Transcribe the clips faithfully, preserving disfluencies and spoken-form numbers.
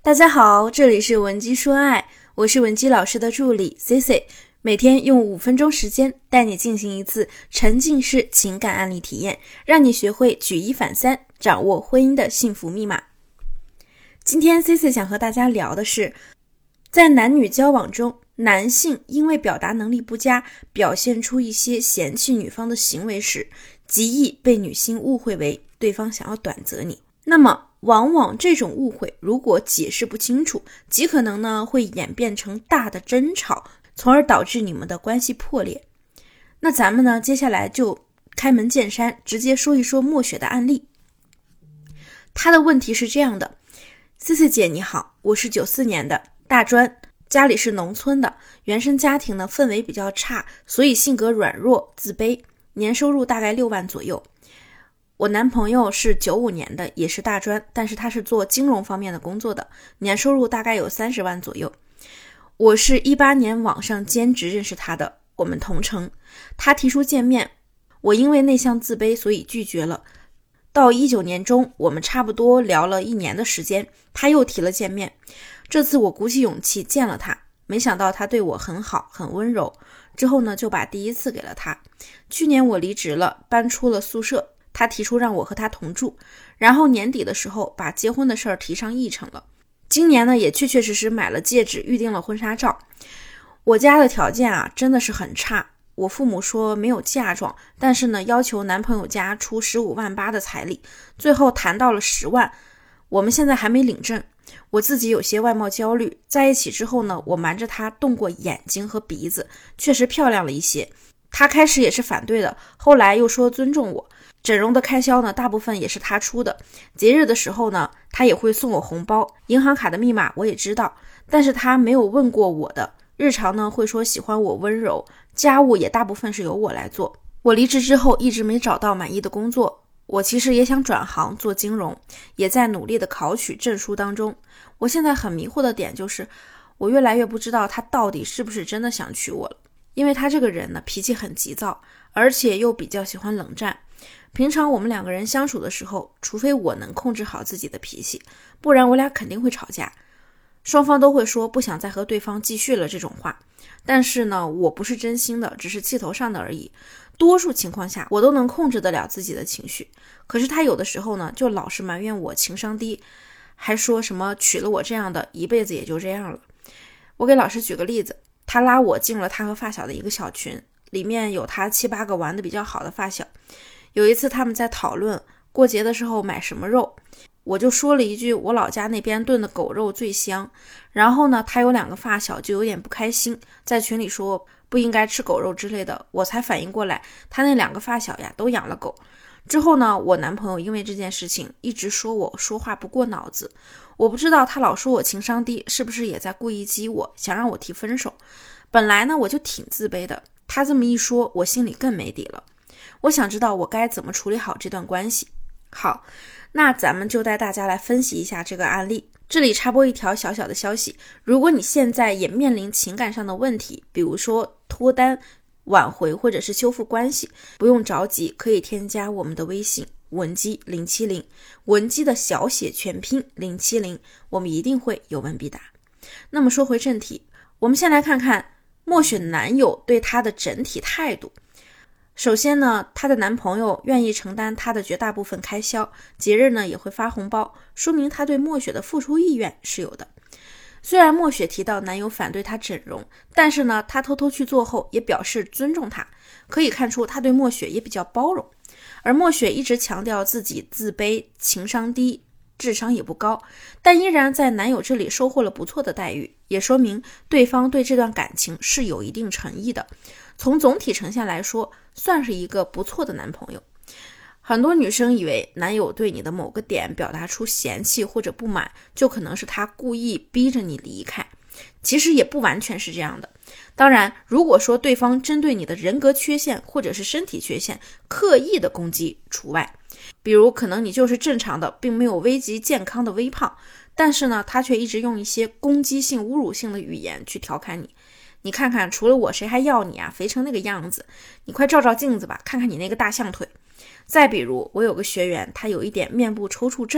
大家好，这里是文姬说爱，我是文姬老师的助理 C C， 每天用五分钟时间带你进行一次沉浸式情感案例体验，让你学会举一反三，掌握婚姻的幸福密码。今天 C C 想和大家聊的是，在男女交往中，男性因为表达能力不佳，表现出一些嫌弃女方的行为时，极易被女性误会为对方想要短择你。那么往往这种误会如果解释不清楚，极可能呢会演变成大的争吵，从而导致你们的关系破裂。那咱们呢接下来就开门见山，直接说一说默雪的案例。他的问题是这样的， C C 姐你好，我是九四年的，大专，家里是农村的，原生家庭呢氛围比较差，所以性格软弱自卑，年收入大概六万左右。我男朋友是九五年的，也是大专，但是他是做金融方面的工作的，年收入大概有三十万左右。我是一八年网上兼职认识他的，我们同城，他提出见面，我因为内向自卑所以拒绝了。到一九年中，我们差不多聊了一年的时间，他又提了见面，这次我鼓起勇气见了他，没想到他对我很好，很温柔，之后呢就把第一次给了他。去年我离职了，搬出了宿舍，他提出让我和他同住，然后年底的时候把结婚的事儿提上议程了。今年呢也确确实实买了戒指，预定了婚纱照。我家的条件啊真的是很差，我父母说没有嫁妆，但是呢要求男朋友家出十五万八的彩礼，最后谈到了十万，我们现在还没领证。我自己有些外貌焦虑，在一起之后呢，我瞒着他动过眼睛和鼻子，确实漂亮了一些。他开始也是反对的，后来又说尊重我。整容的开销呢，大部分也是他出的。节日的时候呢，他也会送我红包，银行卡的密码我也知道，但是他没有问过我的。日常呢，会说喜欢我温柔，家务也大部分是由我来做。我离职之后一直没找到满意的工作，我其实也想转行做金融，也在努力的考取证书当中。我现在很迷惑的点就是，我越来越不知道他到底是不是真的想娶我了。因为他这个人呢，脾气很急躁，而且又比较喜欢冷战。平常我们两个人相处的时候，除非我能控制好自己的脾气，不然我俩肯定会吵架。双方都会说不想再和对方继续了这种话，但是呢，我不是真心的，只是气头上的而已。多数情况下我都能控制得了自己的情绪，可是他有的时候呢，就老是埋怨我情商低，还说什么娶了我这样的一辈子也就这样了。我给老师举个例子，他拉我进了他和发小的一个小群，里面有他七八个玩的比较好的发小。有一次他们在讨论过节的时候买什么肉，我就说了一句我老家那边炖的狗肉最香，然后呢他有两个发小就有点不开心，在群里说不应该吃狗肉之类的，我才反应过来他那两个发小呀都养了狗。之后呢，我男朋友因为这件事情一直说我说话不过脑子，我不知道他老说我情商低是不是也在故意激我，想让我提分手。本来呢我就挺自卑的，他这么一说我心里更没底了。我想知道我该怎么处理好这段关系。好，那咱们就带大家来分析一下这个案例。这里插播一条小小的消息，如果你现在也面临情感上的问题，比如说脱单、挽回或者是修复关系，不用着急，可以添加我们的微信文姬零七零，文姬的小写全拼零七零，我们一定会有问必答。那么说回正题，我们先来看看默雪男友对她的整体态度。首先呢，她的男朋友愿意承担她的绝大部分开销，节日呢也会发红包，说明她对默雪的付出意愿是有的。虽然默雪提到男友反对她整容，但是呢，她偷偷去做后也表示尊重她，可以看出她对默雪也比较包容。而默雪一直强调自己自卑、情商低、智商也不高，但依然在男友这里收获了不错的待遇，也说明对方对这段感情是有一定诚意的。从总体呈现来说，算是一个不错的男朋友。很多女生以为男友对你的某个点表达出嫌弃或者不满，就可能是他故意逼着你离开，其实也不完全是这样的。当然，如果说对方针对你的人格缺陷或者是身体缺陷刻意的攻击除外，比如可能你就是正常的，并没有危及健康的微胖，但是呢，他却一直用一些攻击性、侮辱性的语言去调侃你。你看看，除了我谁还要你啊，肥成那个样子，你快照照镜子吧，看看你那个大象腿。再比如，我有个学员，他有一点面部抽搐症，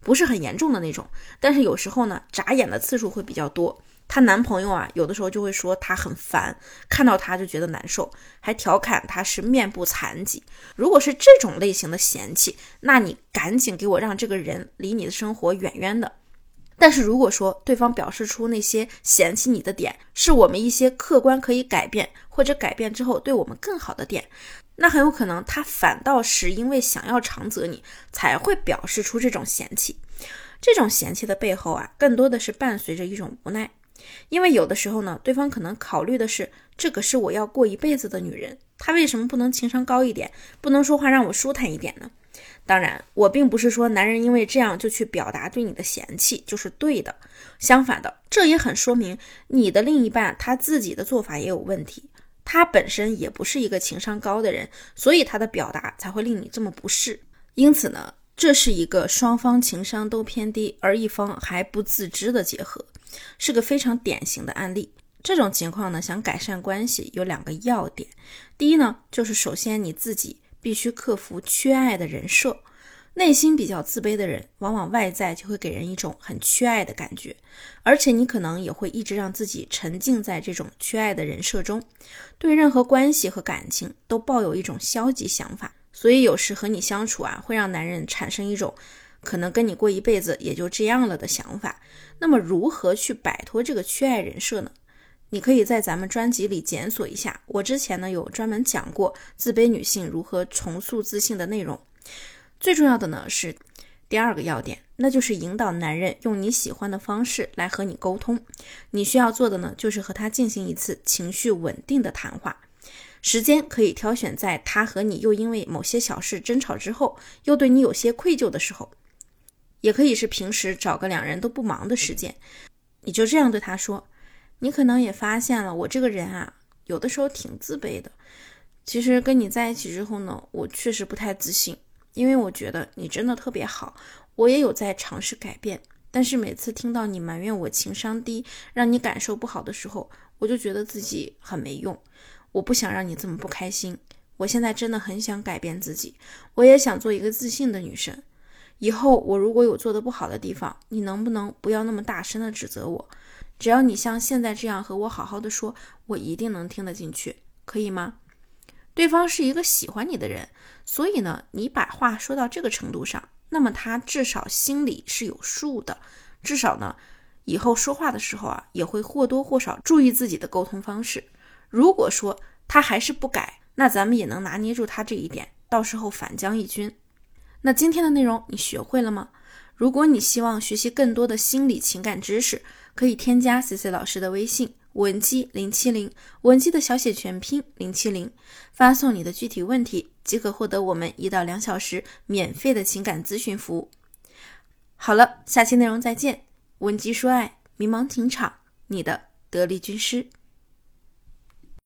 不是很严重的那种，但是有时候呢眨眼的次数会比较多。她男朋友啊，有的时候就会说她很烦，看到她就觉得难受，还调侃她是面部残疾。如果是这种类型的嫌弃，那你赶紧给我让这个人离你的生活远远的。但是如果说对方表示出那些嫌弃你的点是我们一些客观可以改变，或者改变之后对我们更好的点，那很有可能他反倒是因为想要长责你才会表示出这种嫌弃。这种嫌弃的背后啊，更多的是伴随着一种无奈。因为有的时候呢，对方可能考虑的是，这个是我要过一辈子的女人，她为什么不能情商高一点，不能说话让我舒坦一点呢？当然，我并不是说男人因为这样就去表达对你的嫌弃就是对的，相反的，这也很说明你的另一半他自己的做法也有问题，他本身也不是一个情商高的人，所以他的表达才会令你这么不适。因此呢，这是一个双方情商都偏低，而一方还不自知的结合，是个非常典型的案例。这种情况呢，想改善关系有两个要点。第一呢，就是首先你自己必须克服缺爱的人设。内心比较自卑的人，往往外在就会给人一种很缺爱的感觉，而且你可能也会一直让自己沉浸在这种缺爱的人设中，对任何关系和感情都抱有一种消极想法，所以有时和你相处啊，会让男人产生一种可能跟你过一辈子也就这样了的想法。那么如何去摆脱这个缺爱人设呢？你可以在咱们专辑里检索一下，我之前呢有专门讲过自卑女性如何重塑自信的内容。最重要的呢是第二个要点，那就是引导男人用你喜欢的方式来和你沟通。你需要做的呢，就是和他进行一次情绪稳定的谈话。时间可以挑选在他和你又因为某些小事争吵之后，又对你有些愧疚的时候，也可以是平时找个两人都不忙的时间。你就这样对他说，你可能也发现了我这个人啊，有的时候挺自卑的。其实跟你在一起之后呢，我确实不太自信，因为我觉得你真的特别好，我也有在尝试改变，但是每次听到你埋怨我情商低，让你感受不好的时候，我就觉得自己很没用。我不想让你这么不开心，我现在真的很想改变自己，我也想做一个自信的女生。以后我如果有做得不好的地方，你能不能不要那么大声的指责我？只要你像现在这样和我好好的说，我一定能听得进去，可以吗？对方是一个喜欢你的人，所以呢，你把话说到这个程度上，那么他至少心里是有数的，至少呢，以后说话的时候啊，也会或多或少注意自己的沟通方式。如果说他还是不改，那咱们也能拿捏住他这一点，到时候反将一军。那今天的内容你学会了吗？如果你希望学习更多的心理情感知识，可以添加 C C 老师的微信文姬零七零，文姬的小写全拼零七零，发送你的具体问题，即可获得我们一到两小时免费的情感咨询服务。好了，下期内容再见。文姬说爱，迷茫情场，你的得力军师。